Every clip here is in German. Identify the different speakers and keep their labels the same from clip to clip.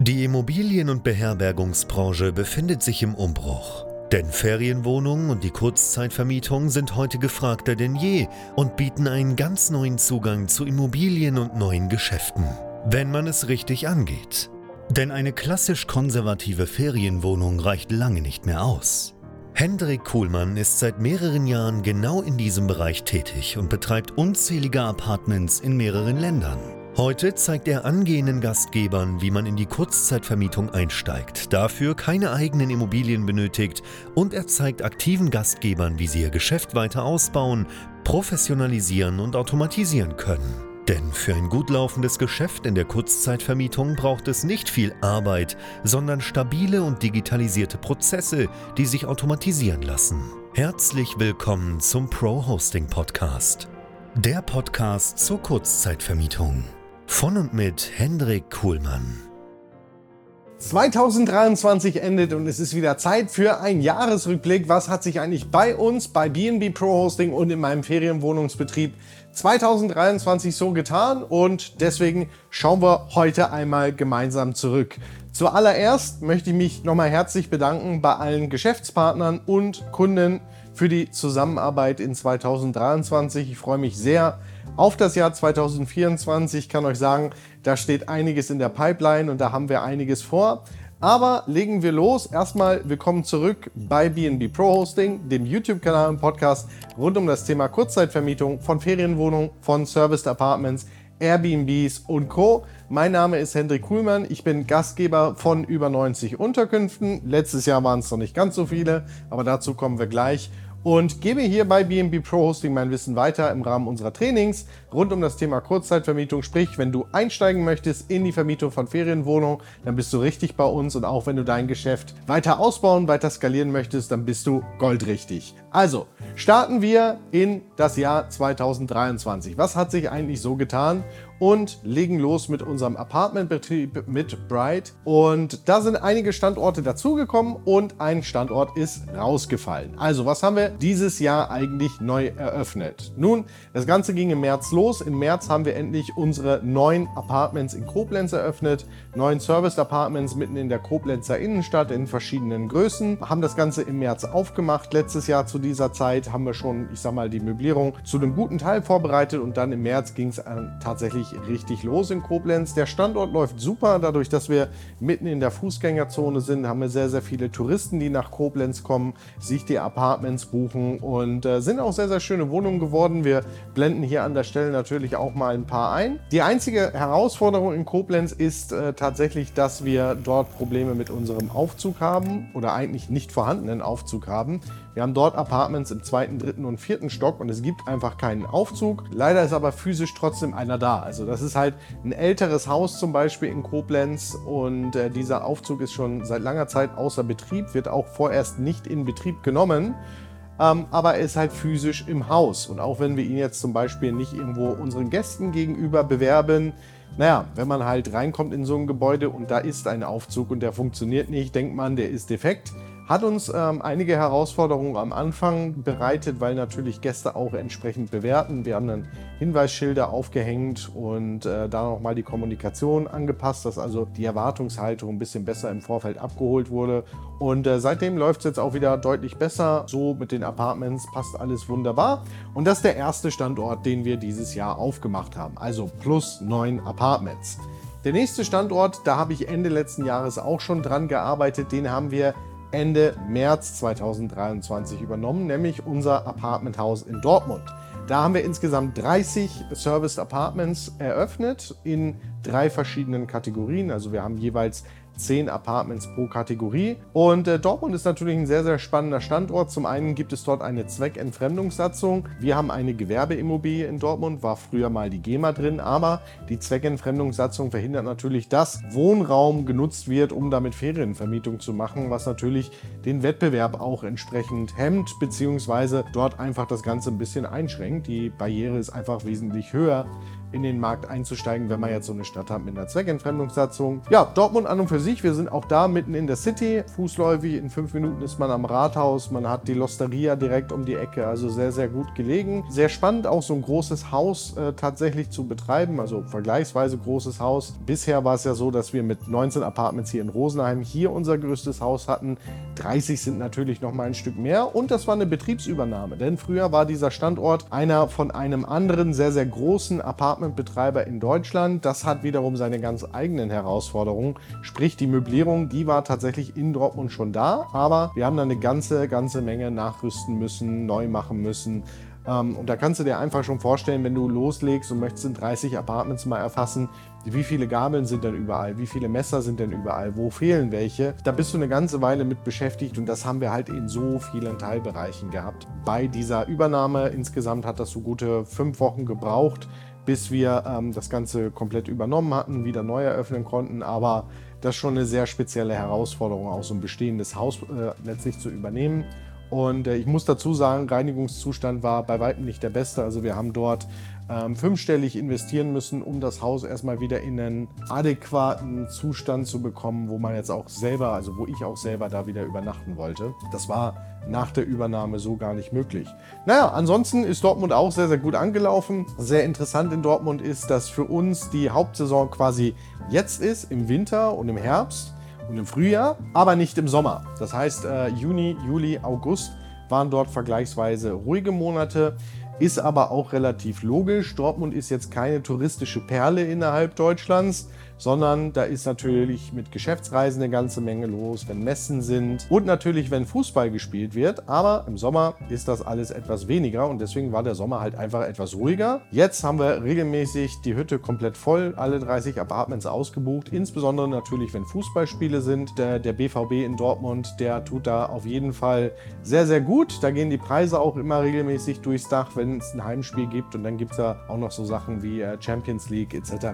Speaker 1: Die Immobilien- und Beherbergungsbranche befindet sich im Umbruch. Denn Ferienwohnungen und die Kurzzeitvermietung sind heute gefragter denn je und bieten einen ganz neuen Zugang zu Immobilien und neuen Geschäften, wenn man es richtig angeht. Denn eine klassisch konservative Ferienwohnung reicht lange nicht mehr aus. Hendrik Kuhlmann ist seit mehreren Jahren genau in diesem Bereich tätig und betreibt unzählige Apartments in mehreren Ländern. Heute zeigt er angehenden Gastgebern, wie man in die Kurzzeitvermietung einsteigt, dafür keine eigenen Immobilien benötigt, und er zeigt aktiven Gastgebern, wie sie ihr Geschäft weiter ausbauen, professionalisieren und automatisieren können. Denn für ein gut laufendes Geschäft in der Kurzzeitvermietung braucht es nicht viel Arbeit, sondern stabile und digitalisierte Prozesse, die sich automatisieren lassen. Herzlich willkommen zum Pro Hosting Podcast. Der Podcast zur Kurzzeitvermietung. Von und mit Hendrik Kuhlmann.
Speaker 2: 2023 endet und es ist wieder Zeit für einen Jahresrückblick. Was hat sich eigentlich bei uns, bei B&B Pro Hosting und in meinem Ferienwohnungsbetrieb 2023 so getan? Und deswegen schauen wir heute einmal gemeinsam zurück. Zuallererst möchte ich mich nochmal herzlich bedanken bei allen Geschäftspartnern und Kunden für die Zusammenarbeit in 2023. Ich freue mich sehr auf das Jahr 2024. Ich kann euch sagen, da steht einiges in der Pipeline und da haben wir einiges vor. Aber legen wir los. Erstmal willkommen zurück bei B&B Pro Hosting, dem YouTube-Kanal und Podcast rund um das Thema Kurzzeitvermietung von Ferienwohnungen, von Serviced Apartments, Airbnbs und Co. Mein Name ist Hendrik Kuhlmann. Ich bin Gastgeber von über 90 Unterkünften. Letztes Jahr waren es noch nicht ganz so viele, aber dazu kommen wir gleich. Und gebe hier bei B&B Pro Hosting mein Wissen weiter im Rahmen unserer Trainings rund um das Thema Kurzzeitvermietung. Sprich, wenn du einsteigen möchtest in die Vermietung von Ferienwohnungen, dann bist du richtig bei uns. Und auch wenn du dein Geschäft weiter ausbauen, weiter skalieren möchtest, dann bist du goldrichtig. Also, starten wir in das Jahr 2023. Was hat sich eigentlich so getan? Und legen los mit unserem Apartmentbetrieb mit Bright. Und da sind einige Standorte dazugekommen und ein Standort ist rausgefallen. Also, was haben wir dieses Jahr eigentlich neu eröffnet? Nun, das Ganze ging im März los. Im März haben wir endlich unsere 9 Apartments in Koblenz eröffnet. 9 Serviced Apartments mitten in der Koblenzer Innenstadt in verschiedenen Größen. Haben das Ganze im März aufgemacht. Letztes Jahr zu dieser Zeit haben wir schon, ich sag mal, die Möblierung zu einem guten Teil vorbereitet und dann im März ging es tatsächlich richtig los in Koblenz. Der Standort läuft super, dadurch, dass wir mitten in der Fußgängerzone sind, haben wir sehr, sehr viele Touristen, die nach Koblenz kommen, sich die Apartments buchen und sind auch sehr, sehr schöne Wohnungen geworden. Wir blenden hier an der Stelle natürlich auch mal ein paar ein. Die einzige Herausforderung in Koblenz ist tatsächlich, dass wir dort Probleme mit unserem Aufzug haben oder eigentlich nicht vorhandenen Aufzug haben. Wir haben dort Apartments im 2., 3. und 4. Stock und es gibt einfach keinen Aufzug. Leider ist aber physisch trotzdem einer da. Also das ist halt ein älteres Haus zum Beispiel in Koblenz und dieser Aufzug ist schon seit langer Zeit außer Betrieb, wird auch vorerst nicht in Betrieb genommen. Aber er ist halt physisch im Haus. Und auch wenn wir ihn jetzt zum Beispiel nicht irgendwo unseren Gästen gegenüber bewerben, naja, wenn man halt reinkommt in so ein Gebäude und da ist ein Aufzug und der funktioniert nicht, denkt man, der ist defekt. Hat uns einige Herausforderungen am Anfang bereitet, weil natürlich Gäste auch entsprechend bewerten. Wir haben dann Hinweisschilder aufgehängt und da nochmal die Kommunikation angepasst, dass also die Erwartungshaltung ein bisschen besser im Vorfeld abgeholt wurde. Und seitdem läuft es jetzt auch wieder deutlich besser. So mit den Apartments passt alles wunderbar. Und das ist der erste Standort, den wir dieses Jahr aufgemacht haben. Also plus 9 Apartments. Der nächste Standort, da habe ich Ende letzten Jahres auch schon dran gearbeitet, den haben wir Ende März 2023 übernommen, nämlich unser Apartmenthaus in Dortmund. Da haben wir insgesamt 30 Serviced Apartments eröffnet in 3 verschiedenen Kategorien. Also wir haben jeweils 10 Apartments pro Kategorie. Und Dortmund ist natürlich ein sehr, sehr spannender Standort. Zum einen gibt es dort eine Zweckentfremdungssatzung. Wir haben eine Gewerbeimmobilie in Dortmund, war früher mal die GEMA drin, aber die Zweckentfremdungssatzung verhindert natürlich, dass Wohnraum genutzt wird, um damit Ferienvermietung zu machen, was natürlich den Wettbewerb auch entsprechend hemmt, beziehungsweise dort einfach das Ganze ein bisschen einschränkt. Die Barriere ist einfach wesentlich höher in den Markt einzusteigen, wenn man jetzt so eine Stadt hat mit einer Zweckentfremdungssatzung. Ja, Dortmund an und für sich, wir sind auch da mitten in der City, fußläufig, in 5 Minuten ist man am Rathaus, man hat die L'Osteria direkt um die Ecke, also sehr, sehr gut gelegen. Sehr spannend, auch so ein großes Haus tatsächlich zu betreiben, also vergleichsweise großes Haus. Bisher war es ja so, dass wir mit 19 Apartments hier in Rosenheim hier unser größtes Haus hatten. 30 sind natürlich noch mal ein Stück mehr und das war eine Betriebsübernahme, denn früher war dieser Standort einer von einem anderen sehr, sehr großen Apartmentbetreiber in Deutschland. Das hat wiederum seine ganz eigenen Herausforderungen, sprich die Möblierung, die war tatsächlich in Dortmund schon da, aber wir haben da eine ganze Menge nachrüsten müssen, neu machen müssen. Und da kannst du dir einfach schon vorstellen, wenn du loslegst und möchtest in 30 Apartments mal erfassen, wie viele Gabeln sind denn überall, wie viele Messer sind denn überall, wo fehlen welche. Da bist du eine ganze Weile mit beschäftigt und das haben wir halt in so vielen Teilbereichen gehabt. Bei dieser Übernahme insgesamt hat das so gute 5 Wochen gebraucht, bis wir das Ganze komplett übernommen hatten, wieder neu eröffnen konnten, aber das ist schon eine sehr spezielle Herausforderung, auch so ein bestehendes Haus letztlich zu übernehmen. Und ich muss dazu sagen, Reinigungszustand war bei weitem nicht der beste. Also wir haben dort 5-stellig investieren müssen, um das Haus erstmal wieder in einen adäquaten Zustand zu bekommen, wo man jetzt auch selber, also wo ich auch selber da wieder übernachten wollte. Das war nach der Übernahme so gar nicht möglich. Naja, ansonsten ist Dortmund auch sehr, sehr gut angelaufen. Sehr interessant in Dortmund ist, dass für uns die Hauptsaison quasi jetzt ist, im Winter und im Herbst und im Frühjahr, aber nicht im Sommer. Das heißt, Juni, Juli, August waren dort vergleichsweise ruhige Monate, ist aber auch relativ logisch. Dortmund ist jetzt keine touristische Perle innerhalb Deutschlands, sondern da ist natürlich mit Geschäftsreisen eine ganze Menge los, wenn Messen sind und natürlich, wenn Fußball gespielt wird. Aber im Sommer ist das alles etwas weniger und deswegen war der Sommer halt einfach etwas ruhiger. Jetzt haben wir regelmäßig die Hütte komplett voll, alle 30 Apartments ausgebucht, insbesondere natürlich, wenn Fußballspiele sind. Der BVB in Dortmund, der tut da auf jeden Fall sehr, sehr gut. Da gehen die Preise auch immer regelmäßig durchs Dach, wenn es ein Heimspiel gibt und dann gibt es da auch noch so Sachen wie Champions League etc.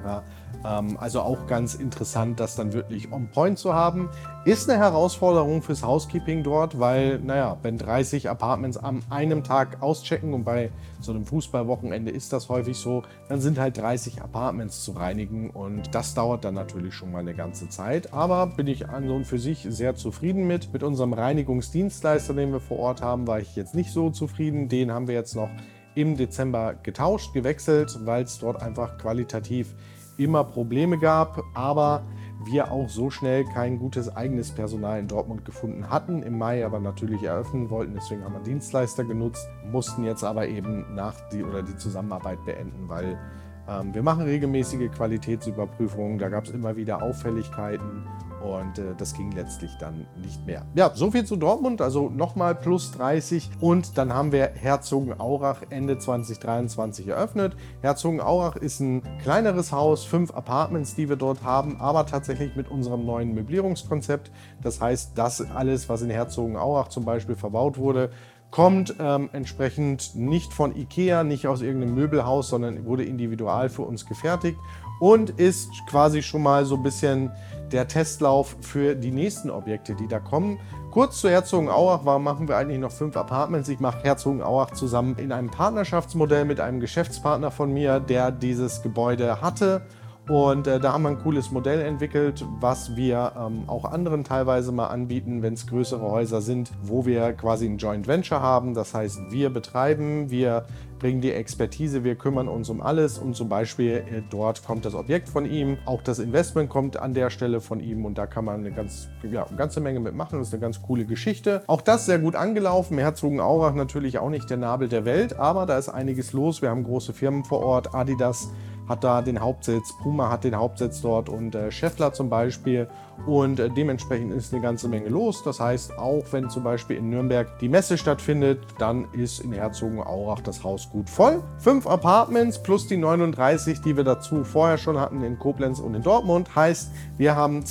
Speaker 2: Also auch ganz interessant, das dann wirklich on point zu haben. Ist eine Herausforderung fürs Housekeeping dort, weil, naja, wenn 30 Apartments an einem Tag auschecken und bei so einem Fußballwochenende ist das häufig so, dann sind halt 30 Apartments zu reinigen und das dauert dann natürlich schon mal eine ganze Zeit. Aber bin ich an und für sich sehr zufrieden mit. Mit unserem Reinigungsdienstleister, den wir vor Ort haben, war ich jetzt nicht so zufrieden. Den haben wir jetzt noch im Dezember getauscht, gewechselt, weil es dort einfach qualitativ immer Probleme gab, aber wir auch so schnell kein gutes eigenes Personal in Dortmund gefunden hatten, im Mai aber natürlich eröffnen wollten, deswegen haben wir Dienstleister genutzt, mussten jetzt aber eben die Zusammenarbeit beenden, weil wir machen regelmäßige Qualitätsüberprüfungen, da gab es immer wieder Auffälligkeiten und das ging letztlich dann nicht mehr. Ja, soviel zu Dortmund, also nochmal plus 30 und dann haben wir Herzogenaurach Ende 2023 eröffnet. Herzogenaurach ist ein kleineres Haus, 5 Apartments, die wir dort haben, aber tatsächlich mit unserem neuen Möblierungskonzept. Das heißt, das alles, was in Herzogenaurach zum Beispiel verbaut wurde, kommt entsprechend nicht von IKEA, nicht aus irgendeinem Möbelhaus, sondern wurde individual für uns gefertigt und ist quasi schon mal so ein bisschen der Testlauf für die nächsten Objekte, die da kommen. Kurz zu Herzogenaurach, warum machen wir eigentlich noch 5 Apartments? Ich mache Herzogenaurach zusammen in einem Partnerschaftsmodell mit einem Geschäftspartner von mir, der dieses Gebäude hatte. Und da haben wir ein cooles Modell entwickelt, was wir auch anderen teilweise mal anbieten, wenn es größere Häuser sind, wo wir quasi ein Joint Venture haben. Das heißt, wir betreiben, wir bringen die Expertise, wir kümmern uns um alles und zum Beispiel dort kommt das Objekt von ihm, auch das Investment kommt an der Stelle von ihm und da kann man eine ganze Menge mitmachen. Das ist eine ganz coole Geschichte. Auch das sehr gut angelaufen. Herzogenaurach natürlich auch nicht der Nabel der Welt, aber da ist einiges los. Wir haben große Firmen vor Ort, Adidas hat da den Hauptsitz, Puma hat den Hauptsitz dort und Schaeffler zum Beispiel und dementsprechend ist eine ganze Menge los. Das heißt, auch wenn zum Beispiel in Nürnberg die Messe stattfindet, dann ist in Herzogenaurach das Haus gut voll. 5 Apartments plus die 39, die wir dazu vorher schon hatten in Koblenz und in Dortmund, heißt, wir haben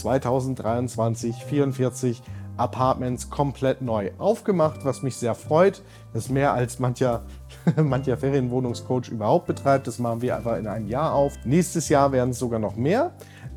Speaker 2: 2023 44 Apartments komplett neu aufgemacht, was mich sehr freut. Das ist mehr als mancher Ferienwohnungscoach überhaupt betreibt. Das machen wir einfach in einem Jahr auf. Nächstes Jahr werden es sogar noch mehr.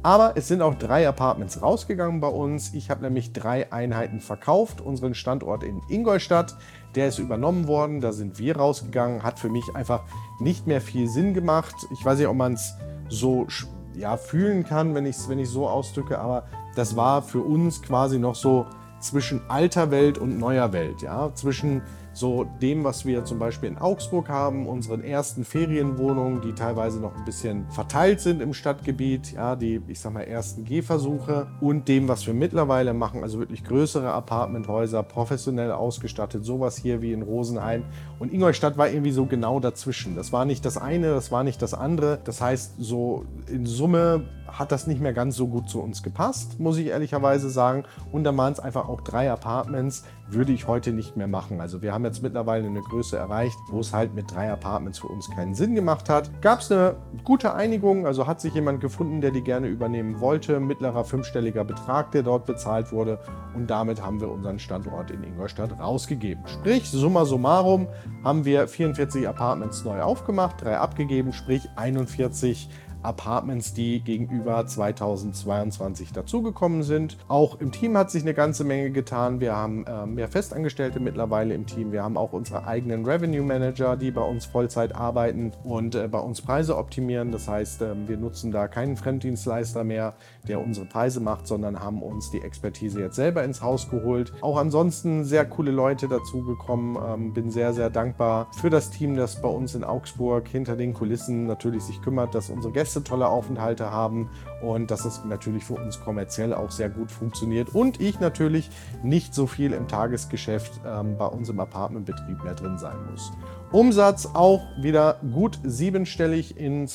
Speaker 2: Aber es sind auch 3 Apartments rausgegangen bei uns. Ich habe nämlich 3 Einheiten verkauft. Unseren Standort in Ingolstadt, der ist übernommen worden. Da sind wir rausgegangen. Hat für mich einfach nicht mehr viel Sinn gemacht. Ich weiß nicht, ob man es so fühlen kann, wenn ich so ausdrücke. Aber das war für uns quasi noch so zwischen alter Welt und neuer Welt. Ja? Zwischen so dem, was wir zum Beispiel in Augsburg haben, unseren ersten Ferienwohnungen, die teilweise noch ein bisschen verteilt sind im Stadtgebiet, ja, die, ich sag mal, ersten Gehversuche, und dem, was wir mittlerweile machen, also wirklich größere Apartmenthäuser, professionell ausgestattet, sowas hier wie in Rosenheim. Und Ingolstadt war irgendwie so genau dazwischen. Das war nicht das eine, das war nicht das andere. Das heißt, so in Summe hat das nicht mehr ganz so gut zu uns gepasst, muss ich ehrlicherweise sagen. Und dann waren es einfach auch 3 Apartments, würde ich heute nicht mehr machen. Also wir haben jetzt mittlerweile eine Größe erreicht, wo es halt mit 3 Apartments für uns keinen Sinn gemacht hat. Gab es eine gute Einigung, also hat sich jemand gefunden, der die gerne übernehmen wollte. Mittlerer 5-stelliger Betrag, der dort bezahlt wurde. Und damit haben wir unseren Standort in Ingolstadt rausgegeben. Sprich, summa summarum haben wir 44 Apartments neu aufgemacht, 3 abgegeben, sprich 41 Apartments, die gegenüber 2022 dazugekommen sind. Auch im Team hat sich eine ganze Menge getan. Wir haben mehr Festangestellte mittlerweile im Team. Wir haben auch unsere eigenen Revenue Manager, die bei uns Vollzeit arbeiten und bei uns Preise optimieren. Das heißt, wir nutzen da keinen Fremddienstleister mehr, der unsere Preise macht, sondern haben uns die Expertise jetzt selber ins Haus geholt. Auch ansonsten sehr coole Leute dazugekommen. Bin sehr, sehr dankbar für das Team, das bei uns in Augsburg hinter den Kulissen natürlich sich kümmert, dass unsere Gäste tolle Aufenthalte haben und dass es natürlich für uns kommerziell auch sehr gut funktioniert und ich natürlich nicht so viel im Tagesgeschäft bei uns im Apartmentbetrieb mehr drin sein muss. Umsatz auch wieder gut 7-stellig in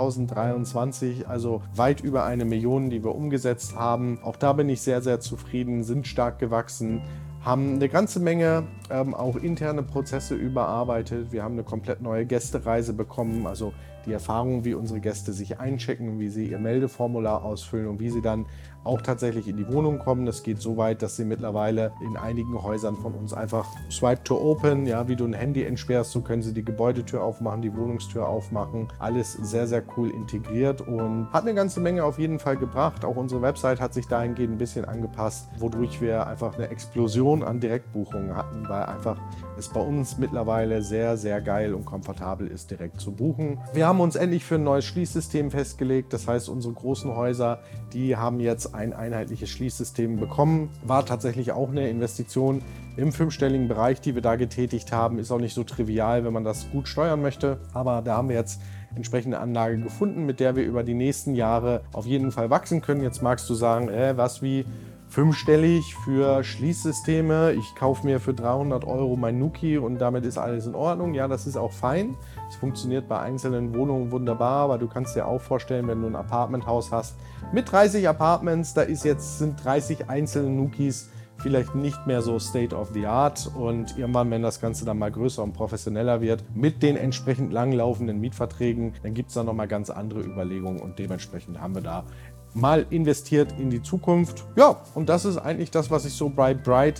Speaker 2: 2023, also weit über 1 Million, die wir umgesetzt haben. Auch da bin ich sehr, sehr zufrieden, sind stark gewachsen, haben eine ganze Menge auch interne Prozesse überarbeitet. Wir haben eine komplett neue Gästereise bekommen, also die Erfahrung, wie unsere Gäste sich einchecken, wie sie ihr Meldeformular ausfüllen und wie sie dann auch tatsächlich in die Wohnung kommen. Das geht so weit, dass sie mittlerweile in einigen Häusern von uns einfach Swipe to Open, ja, wie du ein Handy entsperrst, so können sie die Gebäudetür aufmachen, die Wohnungstür aufmachen. Alles sehr, sehr cool integriert und hat eine ganze Menge auf jeden Fall gebracht. Auch unsere Website hat sich dahingehend ein bisschen angepasst, wodurch wir einfach eine Explosion an Direktbuchungen hatten, weil einfach es bei uns mittlerweile sehr, sehr geil und komfortabel ist, direkt zu buchen. Wir haben uns endlich für ein neues Schließsystem festgelegt. Das heißt, unsere großen Häuser, die haben jetzt ein einheitliches Schließsystem bekommen. War tatsächlich auch eine Investition im 5-stelligen Bereich, die wir da getätigt haben. Ist auch nicht so trivial, wenn man das gut steuern möchte. Aber da haben wir jetzt entsprechende Anlage gefunden, mit der wir über die nächsten Jahre auf jeden Fall wachsen können. Jetzt magst du sagen, was wie 5-stellig für Schließsysteme. Ich kaufe mir für 300 € mein Nuki und damit ist alles in Ordnung. Ja, das ist auch fein. Es funktioniert bei einzelnen Wohnungen wunderbar, aber du kannst dir auch vorstellen, wenn du ein Apartmenthaus hast mit 30 Apartments, sind 30 einzelne Nukis vielleicht nicht mehr so State of the Art und irgendwann, wenn das Ganze dann mal größer und professioneller wird, mit den entsprechend langlaufenden Mietverträgen, dann gibt es da nochmal ganz andere Überlegungen und dementsprechend haben wir da mal investiert in die Zukunft. Ja, und das ist eigentlich das, was ich so bei Bright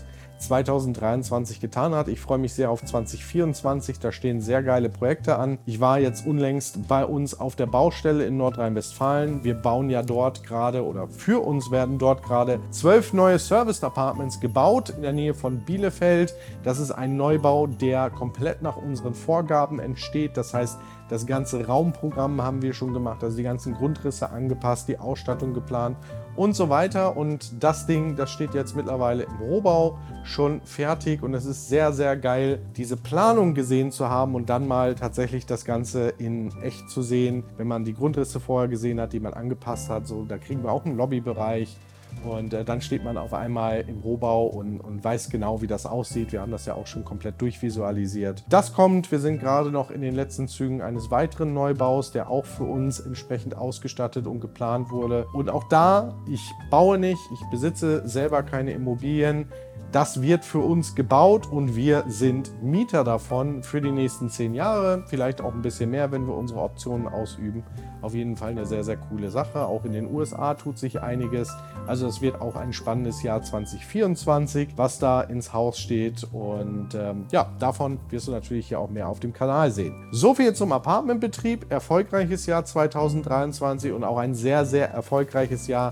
Speaker 2: 2023 getan hat. Ich freue mich sehr auf 2024, da stehen sehr geile Projekte an. Ich war jetzt unlängst bei uns auf der Baustelle in Nordrhein-Westfalen. Wir bauen ja dort gerade oder für uns werden dort gerade 12 neue Serviced Apartments gebaut in der Nähe von Bielefeld. Das ist ein Neubau, der komplett nach unseren Vorgaben entsteht. Das heißt, das ganze Raumprogramm haben wir schon gemacht, also die ganzen Grundrisse angepasst, die Ausstattung geplant und so weiter. Und das Ding, das steht jetzt mittlerweile im Rohbau schon fertig und es ist sehr, sehr geil, diese Planung gesehen zu haben und dann mal tatsächlich das Ganze in echt zu sehen, wenn man die Grundrisse vorher gesehen hat, die man angepasst hat. So, da kriegen wir auch einen Lobbybereich. Und dann steht man auf einmal im Rohbau und weiß genau, wie das aussieht. Wir haben das ja auch schon komplett durchvisualisiert. Das kommt, wir sind gerade noch in den letzten Zügen eines weiteren Neubaus, der auch für uns entsprechend ausgestattet und geplant wurde. Und auch da, ich baue nicht, ich besitze selber keine Immobilien. Das wird für uns gebaut und wir sind Mieter davon für die nächsten 10 Jahre. Vielleicht auch ein bisschen mehr, wenn wir unsere Optionen ausüben. Auf jeden Fall eine sehr, sehr coole Sache. Auch in den USA tut sich einiges. Also Also es wird auch ein spannendes Jahr 2024, was da ins Haus steht. Und ja, davon wirst du natürlich hier auch mehr auf dem Kanal sehen. So viel zum Apartmentbetrieb. Erfolgreiches Jahr 2023 und auch ein sehr, sehr erfolgreiches Jahr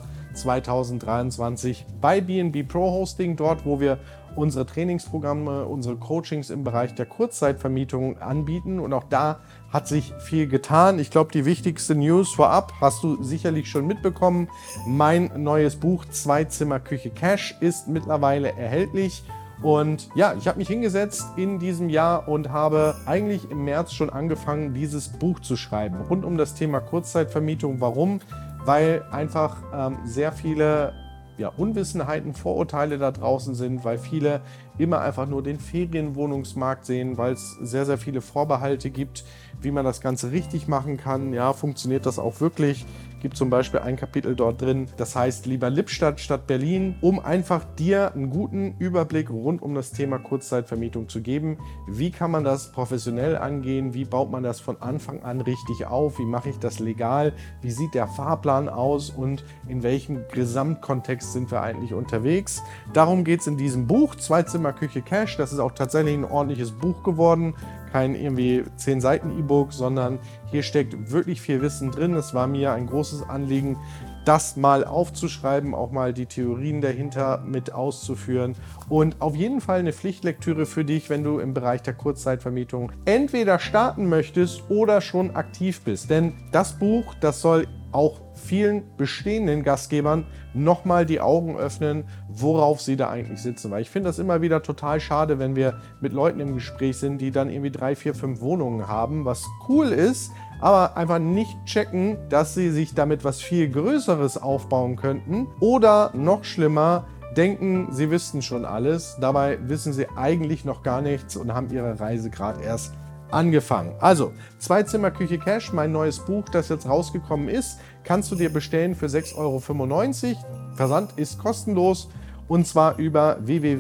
Speaker 2: 2023 bei B&B Pro Hosting, dort wo wir unsere Trainingsprogramme, unsere Coachings im Bereich der Kurzzeitvermietung anbieten. Und auch da hat sich viel getan. Ich glaube, die wichtigste News vorab hast du sicherlich schon mitbekommen. Mein neues Buch 2 Zimmer Küche Cash ist mittlerweile erhältlich. Und ja, ich habe mich hingesetzt in diesem Jahr und habe eigentlich im März schon angefangen, dieses Buch zu schreiben. Rund um das Thema Kurzzeitvermietung. Warum? Weil einfach sehr viele Unwissenheiten, Vorurteile da draußen sind, weil viele immer einfach nur den Ferienwohnungsmarkt sehen, weil es sehr, sehr viele Vorbehalte gibt, wie man das Ganze richtig machen kann. Ja, funktioniert das auch wirklich? Gibt zum Beispiel ein Kapitel dort drin, das heißt lieber Lippstadt statt Berlin, um einfach dir einen guten Überblick rund um das Thema Kurzzeitvermietung zu geben. Wie kann man das professionell angehen? Wie baut man das von Anfang an richtig auf? Wie mache ich das legal? Wie sieht der Fahrplan aus? Und in welchem Gesamtkontext sind wir eigentlich unterwegs? Darum geht es in diesem Buch, 2 Zimmer Küche Cash. Das ist auch tatsächlich ein ordentliches Buch geworden. Kein irgendwie 10 Seiten E-Book, sondern hier steckt wirklich viel Wissen drin. Es war mir ein großes Anliegen, das mal aufzuschreiben, auch mal die Theorien dahinter mit auszuführen und auf jeden Fall eine Pflichtlektüre für dich, wenn du im Bereich der Kurzzeitvermietung entweder starten möchtest oder schon aktiv bist. Denn das Buch, das soll auch vielen bestehenden Gastgebern nochmal die Augen öffnen, worauf sie da eigentlich sitzen. Weil ich finde das immer wieder total schade, wenn wir mit Leuten im Gespräch sind, die dann irgendwie 3, 4, 5 Wohnungen haben, was cool ist, aber einfach nicht checken, dass sie sich damit was viel Größeres aufbauen könnten. Oder noch schlimmer, denken, sie wüssten schon alles. Dabei wissen sie eigentlich noch gar nichts und haben ihre Reise gerade erst angefangen. Also, 2 Zimmer Küche Cash, mein neues Buch, das jetzt rausgekommen ist, kannst du dir bestellen für 6,95 €. Versand ist kostenlos und zwar über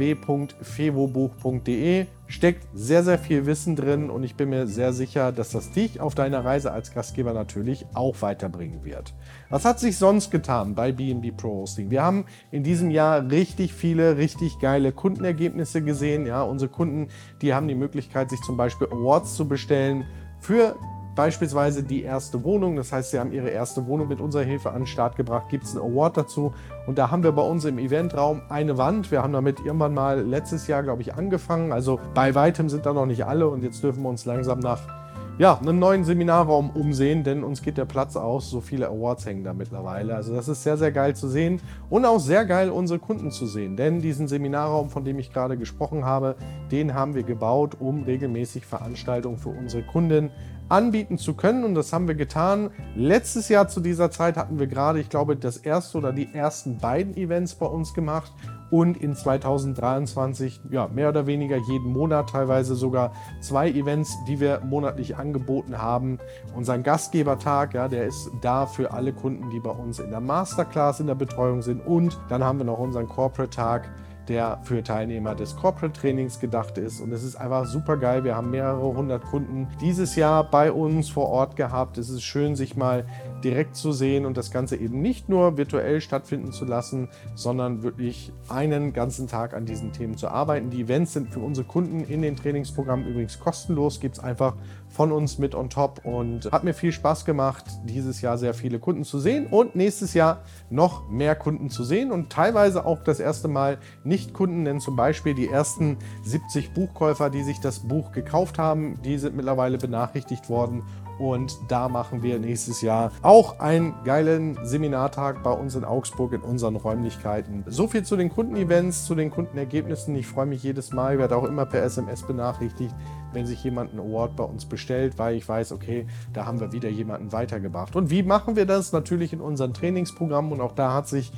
Speaker 2: www.fevobuch.de. Steckt sehr, sehr viel Wissen drin und ich bin mir sehr sicher, dass das dich auf deiner Reise als Gastgeber natürlich auch weiterbringen wird. Was hat sich sonst getan bei B&B Pro Hosting? Wir haben in diesem Jahr richtig viele, richtig geile Kundenergebnisse gesehen. Ja, unsere Kunden, die haben die Möglichkeit, sich zum Beispiel Awards zu bestellen für beispielsweise die erste Wohnung. Das heißt, sie haben ihre erste Wohnung mit unserer Hilfe an den Start gebracht, gibt es einen Award dazu. Und da haben wir bei uns im Eventraum eine Wand. Wir haben damit irgendwann mal letztes Jahr, glaube ich, angefangen. Also bei weitem sind da noch nicht alle und jetzt dürfen wir uns langsam nach einem neuen Seminarraum umsehen, denn uns geht der Platz aus. So viele Awards hängen da mittlerweile. Also das ist sehr, sehr geil zu sehen und auch sehr geil, unsere Kunden zu sehen. Denn diesen Seminarraum, von dem ich gerade gesprochen habe, den haben wir gebaut, um regelmäßig Veranstaltungen für unsere Kunden anbieten zu können und das haben wir getan. Letztes Jahr zu dieser Zeit hatten wir gerade, ich glaube, das erste oder die ersten beiden Events bei uns gemacht und in 2023 mehr oder weniger jeden Monat, teilweise sogar 2 Events, die wir monatlich angeboten haben. Unseren Gastgebertag, der ist da für alle Kunden, die bei uns in der Masterclass in der Betreuung sind und dann haben wir noch unseren Corporate-Tag, der für Teilnehmer des Corporate Trainings gedacht ist. Und es ist einfach super geil. Wir haben mehrere hundert Kunden dieses Jahr bei uns vor Ort gehabt. Es ist schön, sich mal direkt zu sehen und das Ganze eben nicht nur virtuell stattfinden zu lassen, sondern wirklich einen ganzen Tag an diesen Themen zu arbeiten. Die Events sind für unsere Kunden in den Trainingsprogrammen übrigens kostenlos. Gibt es einfach von uns mit on top und hat mir viel Spaß gemacht, dieses Jahr sehr viele Kunden zu sehen und nächstes Jahr noch mehr Kunden zu sehen und teilweise auch das erste Mal Nicht-Kunden, denn zum Beispiel die ersten 70 Buchkäufer, die sich das Buch gekauft haben, die sind mittlerweile benachrichtigt worden. Und da machen wir nächstes Jahr auch einen geilen Seminartag bei uns in Augsburg in unseren Räumlichkeiten. So viel zu den Kundenevents, zu den Kundenergebnissen. Ich freue mich jedes Mal, werde auch immer per SMS benachrichtigt, wenn sich jemand einen Award bei uns bestellt, weil ich weiß, okay, da haben wir wieder jemanden weitergebracht. Und wie machen wir das? Natürlich in unseren Trainingsprogrammen und auch da hat sich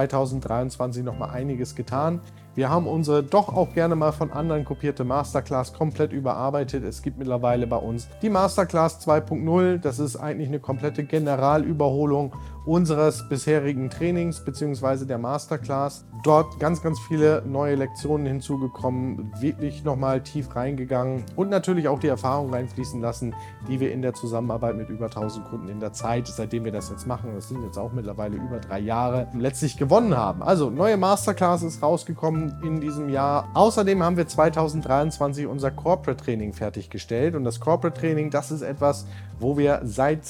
Speaker 2: 2023 noch mal einiges getan. Wir haben unsere doch auch gerne mal von anderen kopierte Masterclass komplett überarbeitet. Es gibt mittlerweile bei uns die Masterclass 2.0. Das ist eigentlich eine komplette Generalüberholung unseres bisherigen Trainings bzw. der Masterclass. Dort ganz, ganz viele neue Lektionen hinzugekommen, wirklich nochmal tief reingegangen und natürlich auch die Erfahrung reinfließen lassen, die wir in der Zusammenarbeit mit über 1000 Kunden in der Zeit, seitdem wir das jetzt machen, das sind jetzt auch mittlerweile über 3 Jahre, letztlich gewonnen haben. Also neue Masterclass ist rausgekommen in diesem Jahr. Außerdem haben wir 2023 unser Corporate Training fertiggestellt und das Corporate Training, das ist etwas, wo wir seit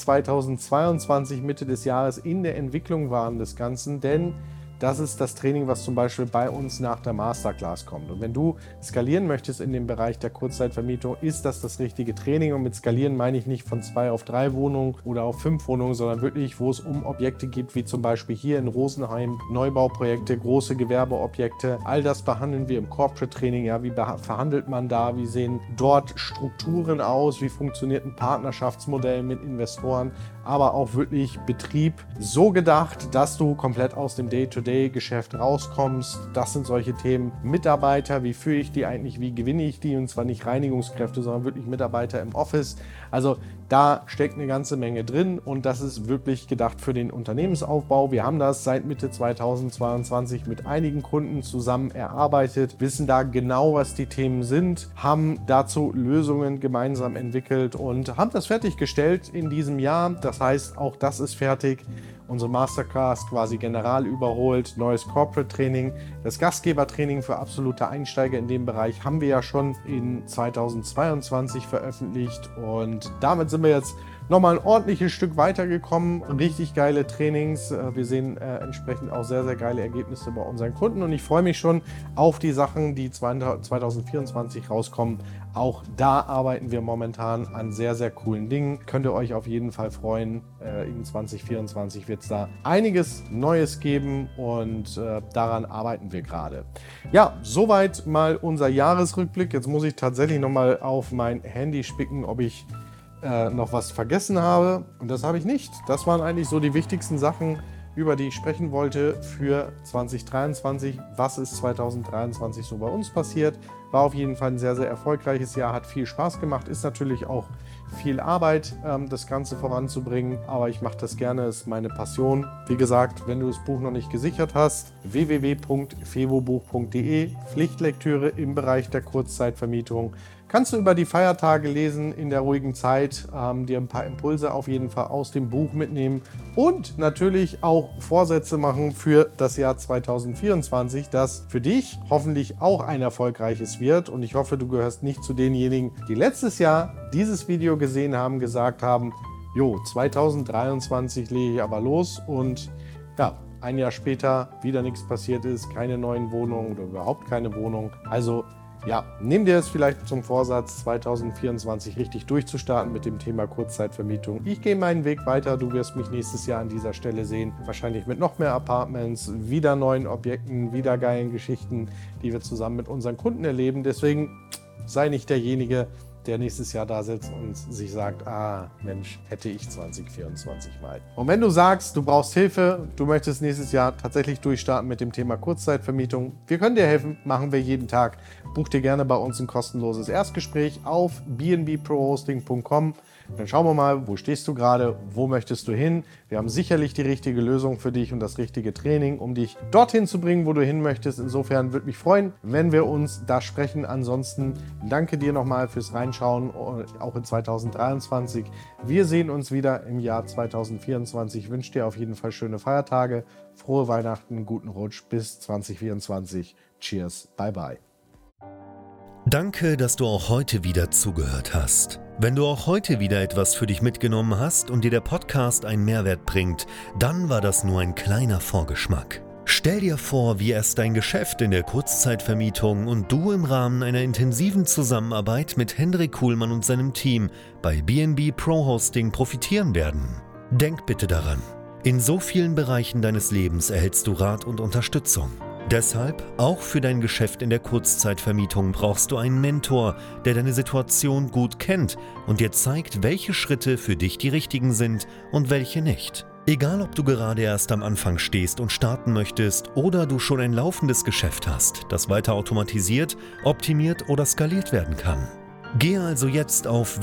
Speaker 2: 2022 Mitte des Jahres in der Entwicklung waren des Ganzen, denn das ist das Training, was zum Beispiel bei uns nach der Masterclass kommt. Und wenn du skalieren möchtest in dem Bereich der Kurzzeitvermietung, ist das richtige Training. Und mit skalieren meine ich nicht von 2 auf 3 Wohnungen oder auf 5 Wohnungen, sondern wirklich, wo es um Objekte geht, wie zum Beispiel hier in Rosenheim, Neubauprojekte, große Gewerbeobjekte. All das behandeln wir im Corporate Training. Ja, wie verhandelt man da? Wie sehen dort Strukturen aus? Wie funktioniert ein Partnerschaftsmodell mit Investoren? Aber auch wirklich Betrieb so gedacht, dass du komplett aus dem Day-to-Day-Geschäft rauskommst. Das sind solche Themen. Mitarbeiter, wie führe ich die eigentlich, wie gewinne ich die? Und zwar nicht Reinigungskräfte, sondern wirklich Mitarbeiter im Office. Also da steckt eine ganze Menge drin und das ist wirklich gedacht für den Unternehmensaufbau. Wir haben das seit Mitte 2022 mit einigen Kunden zusammen erarbeitet, wissen da genau, was die Themen sind, haben dazu Lösungen gemeinsam entwickelt und haben das fertiggestellt in diesem Jahr. Das heißt, auch das ist fertig. Unsere Masterclass quasi general überholt, neues Corporate Training. Das Gastgebertraining für absolute Einsteiger in dem Bereich haben wir ja schon in 2022 veröffentlicht und damit sind wir jetzt nochmal ein ordentliches Stück weitergekommen. Richtig geile Trainings. Wir sehen entsprechend auch sehr, sehr geile Ergebnisse bei unseren Kunden und ich freue mich schon auf die Sachen, die 2024 rauskommen. Auch da arbeiten wir momentan an sehr, sehr coolen Dingen. Könnt ihr euch auf jeden Fall freuen. In 2024 wird es da einiges Neues geben und daran arbeiten wir gerade. Ja, soweit mal unser Jahresrückblick. Jetzt muss ich tatsächlich nochmal auf mein Handy spicken, ob ich noch was vergessen habe. Und das habe ich nicht. Das waren eigentlich so die wichtigsten Sachen, über die ich sprechen wollte für 2023. Was ist 2023 so bei uns passiert? War auf jeden Fall ein sehr, sehr erfolgreiches Jahr, hat viel Spaß gemacht, ist natürlich auch viel Arbeit, das Ganze voranzubringen, aber ich mache das gerne, ist meine Passion. Wie gesagt, wenn du das Buch noch nicht gesichert hast, www.fevobuch.de, Pflichtlektüre im Bereich der Kurzzeitvermietung. Kannst du über die Feiertage lesen, in der ruhigen Zeit, dir ein paar Impulse auf jeden Fall aus dem Buch mitnehmen und natürlich auch Vorsätze machen für das Jahr 2024, das für dich hoffentlich auch ein erfolgreiches wird. Und ich hoffe, du gehörst nicht zu denjenigen, die letztes Jahr dieses Video gesehen haben, gesagt haben, jo, 2023 lege ich aber los und ja, ein Jahr später wieder nichts passiert ist, keine neuen Wohnungen oder überhaupt keine Wohnung. Also ja, nimm dir es vielleicht zum Vorsatz, 2024 richtig durchzustarten mit dem Thema Kurzzeitvermietung. Ich gehe meinen Weg weiter, du wirst mich nächstes Jahr an dieser Stelle sehen. Wahrscheinlich mit noch mehr Apartments, wieder neuen Objekten, wieder geilen Geschichten, die wir zusammen mit unseren Kunden erleben. Deswegen sei nicht derjenige, der nächstes Jahr da sitzt und sich sagt, ah Mensch, hätte ich 2024 mal. Und wenn du sagst, du brauchst Hilfe, du möchtest nächstes Jahr tatsächlich durchstarten mit dem Thema Kurzzeitvermietung, wir können dir helfen, machen wir jeden Tag. Buch dir gerne bei uns ein kostenloses Erstgespräch auf bnbprohosting.com. Dann schauen wir mal, wo stehst du gerade, wo möchtest du hin. Wir haben sicherlich die richtige Lösung für dich und das richtige Training, um dich dorthin zu bringen, wo du hin möchtest. Insofern würde mich freuen, wenn wir uns da sprechen. Ansonsten danke dir nochmal fürs Reinschauen, auch in 2023. Wir sehen uns wieder im Jahr 2024. Ich wünsche dir auf jeden Fall schöne Feiertage, frohe Weihnachten, guten Rutsch bis 2024. Cheers, bye bye.
Speaker 1: Danke, dass du auch heute wieder zugehört hast. Wenn du auch heute wieder etwas für dich mitgenommen hast und dir der Podcast einen Mehrwert bringt, dann war das nur ein kleiner Vorgeschmack. Stell dir vor, wie erst dein Geschäft in der Kurzzeitvermietung und du im Rahmen einer intensiven Zusammenarbeit mit Hendrik Kuhlmann und seinem Team bei BNB Pro Hosting profitieren werden. Denk bitte daran, in so vielen Bereichen deines Lebens erhältst du Rat und Unterstützung. Deshalb, auch für dein Geschäft in der Kurzzeitvermietung brauchst du einen Mentor, der deine Situation gut kennt und dir zeigt, welche Schritte für dich die richtigen sind und welche nicht. Egal, ob du gerade erst am Anfang stehst und starten möchtest oder du schon ein laufendes Geschäft hast, das weiter automatisiert, optimiert oder skaliert werden kann. Gehe also jetzt auf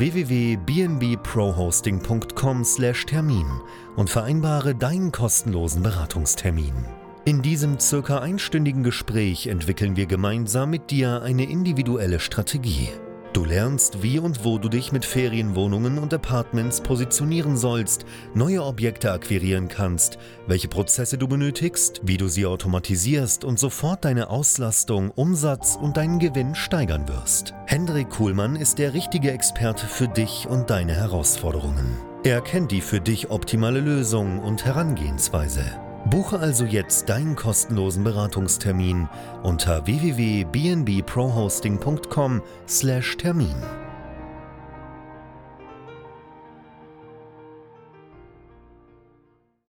Speaker 1: www.bnbprohosting.com/Termin und vereinbare deinen kostenlosen Beratungstermin. In diesem circa einstündigen Gespräch entwickeln wir gemeinsam mit dir eine individuelle Strategie. Du lernst, wie und wo du dich mit Ferienwohnungen und Apartments positionieren sollst, neue Objekte akquirieren kannst, welche Prozesse du benötigst, wie du sie automatisierst und sofort deine Auslastung, Umsatz und deinen Gewinn steigern wirst. Hendrik Kuhlmann ist der richtige Experte für dich und deine Herausforderungen. Er kennt die für dich optimale Lösung und Herangehensweise. Buche also jetzt deinen kostenlosen Beratungstermin unter www.bnbprohosting.com/Termin.